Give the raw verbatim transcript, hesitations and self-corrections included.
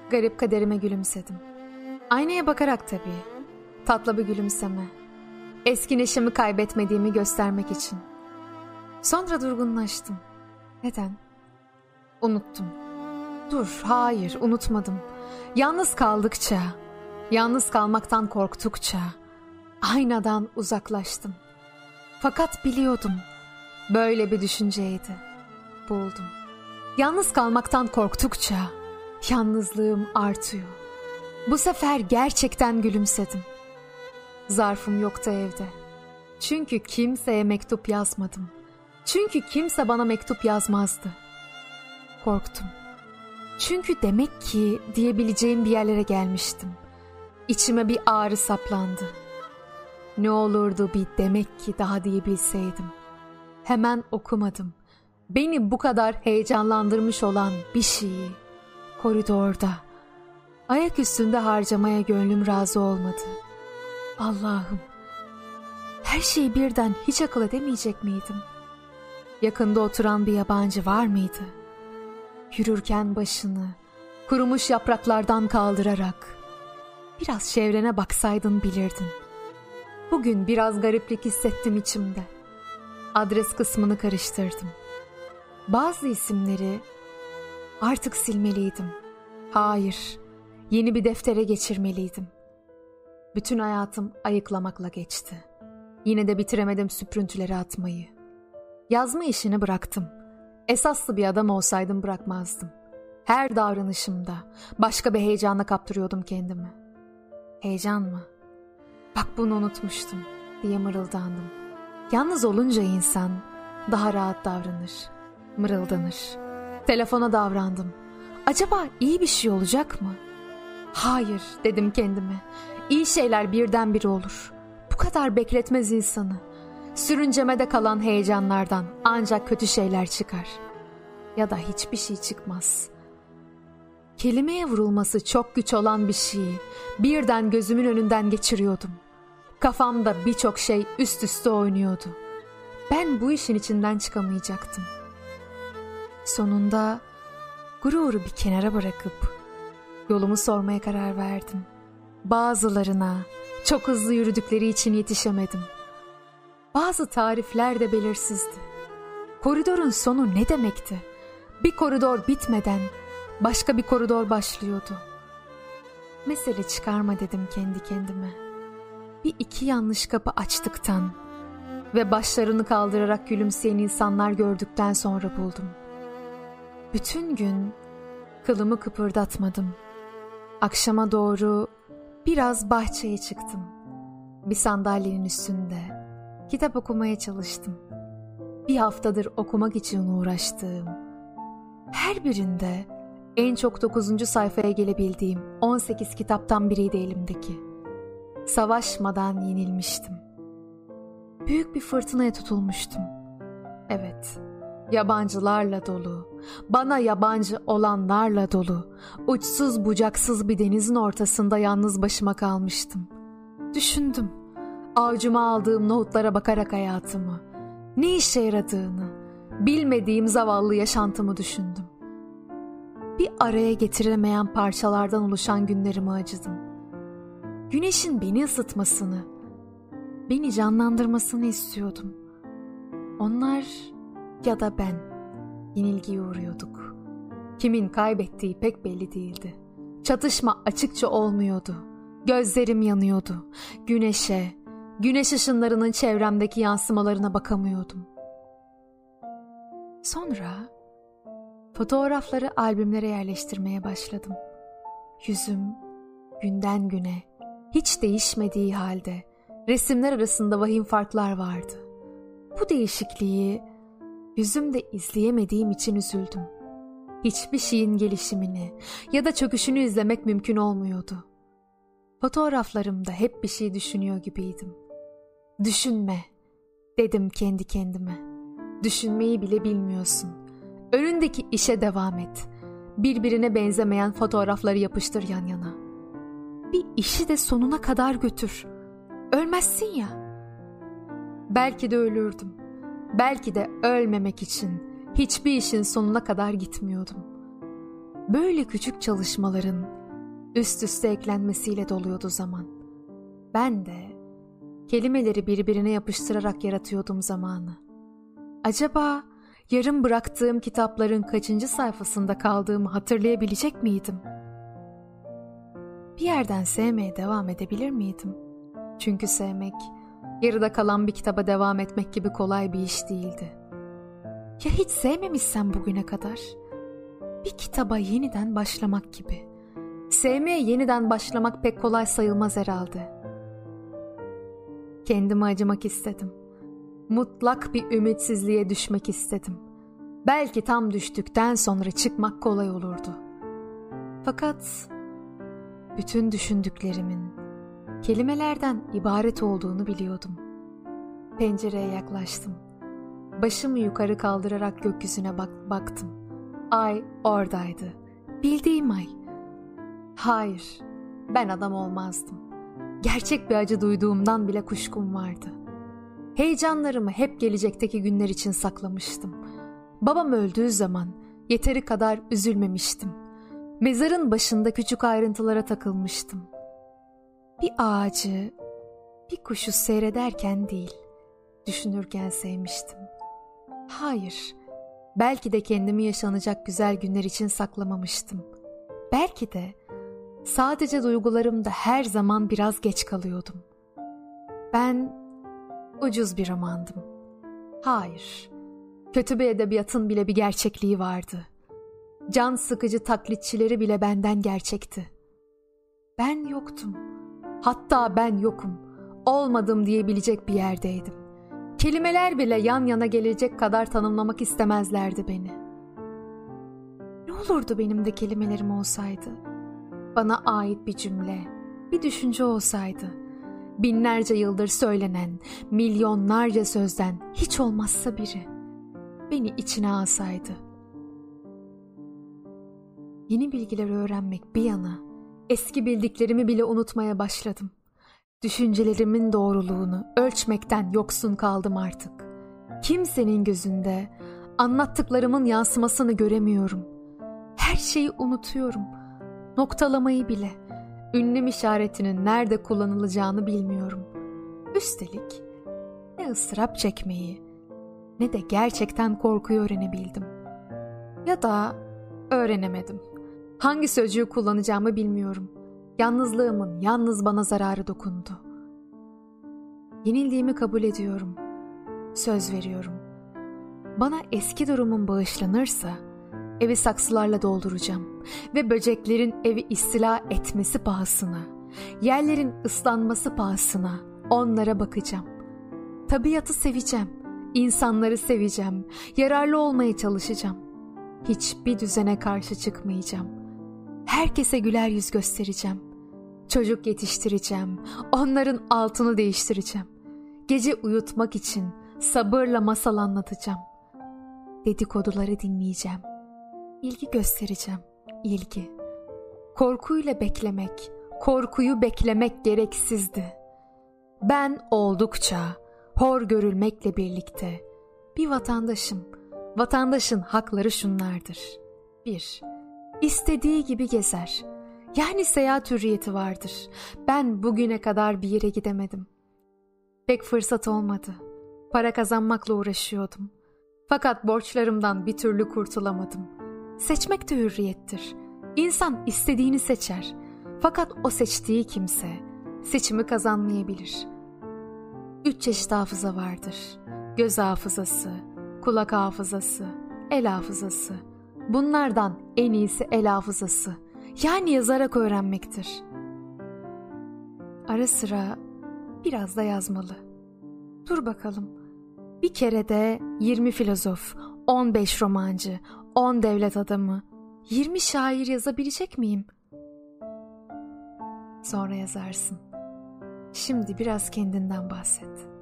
Garip kaderime gülümsedim. Aynaya bakarak tabii. Tatlı bir gülümseme. Eski neşemi kaybetmediğimi göstermek için. Sonra durgunlaştım. Neden? Unuttum. Dur, hayır, unutmadım. Yalnız kaldıkça, yalnız kalmaktan korktukça aynadan uzaklaştım. Fakat biliyordum, böyle bir düşünceydi. Buldum. Yalnız kalmaktan korktukça yalnızlığım artıyor. Bu sefer gerçekten gülümsedim. Zarfım yoktu evde. Çünkü kimseye mektup yazmadım. Çünkü kimse bana mektup yazmazdı. Korktum. Çünkü demek ki diyebileceğim bir yerlere gelmiştim. İçime bir ağrı saplandı. Ne olurdu bir demek ki daha diyebilseydim. Hemen okumadım. Beni bu kadar heyecanlandırmış olan bir şeyi koridorda, ayak üstünde harcamaya gönlüm razı olmadı. Allah'ım, her şeyi birden hiç akıl edemeyecek miydim? Yakında oturan bir yabancı var mıydı? Yürürken başını kurumuş yapraklardan kaldırarak biraz çevrene baksaydın bilirdin. Bugün biraz gariplik hissettim içimde. Adres kısmını karıştırdım. Bazı isimleri artık silmeliydim. Hayır, yeni bir deftere geçirmeliydim. Bütün hayatım ayıklamakla geçti. Yine de bitiremedim süprüntüleri atmayı. Yazma işini bıraktım. Esaslı bir adam olsaydım bırakmazdım. Her davranışımda başka bir heyecanla kaptırıyordum kendimi. Heyecan mı? Bak bunu unutmuştum diye mırıldandım. Yalnız olunca insan daha rahat davranır, mırıldanır. Telefona davrandım. Acaba iyi bir şey olacak mı? Hayır dedim kendime. İyi şeyler birdenbire olur. Bu kadar bekletmez insanı. Sürüncemede kalan heyecanlardan ancak kötü şeyler çıkar. Ya da hiçbir şey çıkmaz. Kelimeye vurulması çok güç olan bir şeyi birden gözümün önünden geçiriyordum. Kafamda birçok şey üst üste oynuyordu. Ben bu işin içinden çıkamayacaktım. Sonunda gururu bir kenara bırakıp yolumu sormaya karar verdim. Bazılarına çok hızlı yürüdükleri için yetişemedim. Bazı tarifler de belirsizdi. Koridorun sonu ne demekti? Bir koridor bitmeden başka bir koridor başlıyordu. Mesele çıkarma dedim kendi kendime. Bir iki yanlış kapı açtıktan ve başlarını kaldırarak gülümseyen insanlar gördükten sonra buldum. Bütün gün kılımı kıpırdatmadım. Akşama doğru biraz bahçeye çıktım. Bir sandalyenin üstünde kitap okumaya çalıştım. Bir haftadır okumak için uğraştığım, her birinde en çok dokuzuncu sayfaya gelebildiğim on sekiz kitaptan biriydi elimdeki. Savaşmadan yenilmiştim. Büyük bir fırtınaya tutulmuştum. Evet, yabancılarla dolu, bana yabancı olanlarla dolu, uçsuz bucaksız bir denizin ortasında yalnız başıma kalmıştım. Düşündüm, avucuma aldığım nohutlara bakarak hayatımı, ne işe yaradığını, bilmediğim zavallı yaşantımı düşündüm. Bir araya getiremeyen parçalardan oluşan günlerimi acıdım. Güneşin beni ısıtmasını, beni canlandırmasını istiyordum. Onlar ya da ben yenilgiye uğruyorduk. Kimin kaybettiği pek belli değildi. Çatışma açıkça olmuyordu. Gözlerim yanıyordu. Güneşe, güneş ışınlarının çevremdeki yansımalarına bakamıyordum. Sonra fotoğrafları albümlere yerleştirmeye başladım. Yüzüm günden güne hiç değişmediği halde resimler arasında vahim farklar vardı. Bu değişikliği yüzümde izleyemediğim için üzüldüm. Hiçbir şeyin gelişimini ya da çöküşünü izlemek mümkün olmuyordu. Fotoğraflarımda hep bir şey düşünüyor gibiydim. Düşünme, dedim kendi kendime. Düşünmeyi bile bilmiyorsun. Önündeki işe devam et. Birbirine benzemeyen fotoğrafları yapıştır yan yana. Bir işi de sonuna kadar götür. Ölmezsin ya. Belki de ölürdüm. Belki de ölmemek için hiçbir işin sonuna kadar gitmiyordum. Böyle küçük çalışmaların üst üste eklenmesiyle doluyordu zaman. Ben de kelimeleri birbirine yapıştırarak yaratıyordum zamanı. Acaba yarım bıraktığım kitapların kaçıncı sayfasında kaldığımı hatırlayabilecek miydim? Bir yerden sevmeye devam edebilir miydim? Çünkü sevmek, yarıda kalan bir kitaba devam etmek gibi kolay bir iş değildi. Ya hiç sevmemişsem bugüne kadar? Bir kitaba yeniden başlamak gibi. Sevmeye yeniden başlamak pek kolay sayılmaz herhalde. Kendime acımak istedim. Mutlak bir ümitsizliğe düşmek istedim. Belki tam düştükten sonra çıkmak kolay olurdu. Fakat bütün düşündüklerimin kelimelerden ibaret olduğunu biliyordum. Pencereye yaklaştım. Başımı yukarı kaldırarak gökyüzüne bak- baktım. Ay oradaydı. Bildiğim ay. Hayır, ben adam olmazdım. Gerçek bir acı duyduğumdan bile kuşkum vardı. Heyecanlarımı hep gelecekteki günler için saklamıştım. Babam öldüğü zaman yeteri kadar üzülmemiştim. Mezarın başında küçük ayrıntılara takılmıştım. Bir ağacı, bir kuşu seyrederken değil, düşünürken sevmiştim. Hayır, belki de kendimi yaşanacak güzel günler için saklamamıştım. Belki de sadece duygularımda her zaman biraz geç kalıyordum. Ben ucuz bir romandım. Hayır, kötü bir edebiyatın bile bir gerçekliği vardı. Can sıkıcı taklitçileri bile benden gerçekti. Ben yoktum. Hatta ben yokum, olmadım diyebilecek bir yerdeydim. Kelimeler bile yan yana gelecek kadar tanımlamak istemezlerdi beni. Ne olurdu benim de kelimelerim olsaydı? Bana ait bir cümle, bir düşünce olsaydı. Binlerce yıldır söylenen, milyonlarca sözden hiç olmazsa biri beni içine alsaydı. Yeni bilgileri öğrenmek bir yana, eski bildiklerimi bile unutmaya başladım. Düşüncelerimin doğruluğunu ölçmekten yoksun kaldım artık. Kimsenin gözünde anlattıklarımın yansımasını göremiyorum. Her şeyi unutuyorum. Noktalamayı bile, ünlem işaretinin nerede kullanılacağını bilmiyorum. Üstelik ne ıstırap çekmeyi ne de gerçekten korkuyu öğrenebildim. Ya da öğrenemedim. Hangi sözcüğü kullanacağımı bilmiyorum. Yalnızlığımın yalnız bana zararı dokundu. Yenildiğimi kabul ediyorum. Söz veriyorum. Bana eski durumum bağışlanırsa evi saksılarla dolduracağım ve böceklerin evi istila etmesi pahasına, yerlerin ıslanması pahasına onlara bakacağım. Tabiatı seveceğim, insanları seveceğim, yararlı olmaya çalışacağım. Hiçbir düzene karşı çıkmayacağım. Herkese güler yüz göstereceğim. Çocuk yetiştireceğim, onların altını değiştireceğim. Gece uyutmak için sabırla masal anlatacağım. Dedikoduları dinleyeceğim. İlgi göstereceğim, ilgi. Korkuyla beklemek, korkuyu beklemek gereksizdi. Ben oldukça hor görülmekle birlikte bir vatandaşım. Vatandaşın hakları şunlardır. bir. İstediği gibi gezer. Yani seyahat hürriyeti vardır. Ben bugüne kadar bir yere gidemedim. Pek fırsat olmadı. Para kazanmakla uğraşıyordum. Fakat borçlarımdan bir türlü kurtulamadım. Seçmek de hürriyettir. İnsan istediğini seçer. Fakat o seçtiği kimse seçimi kazanmayabilir. Üç çeşit hafıza vardır. Göz hafızası, kulak hafızası, el hafızası. Bunlardan en iyisi el hafızası. Yani yazarak öğrenmektir. Ara sıra biraz da yazmalı. Dur bakalım. Bir kerede yirmi filozof, on beş romancı, on devlet adamı, yirmi şair yazabilecek miyim? Sonra yazarsın. Şimdi biraz kendinden bahset.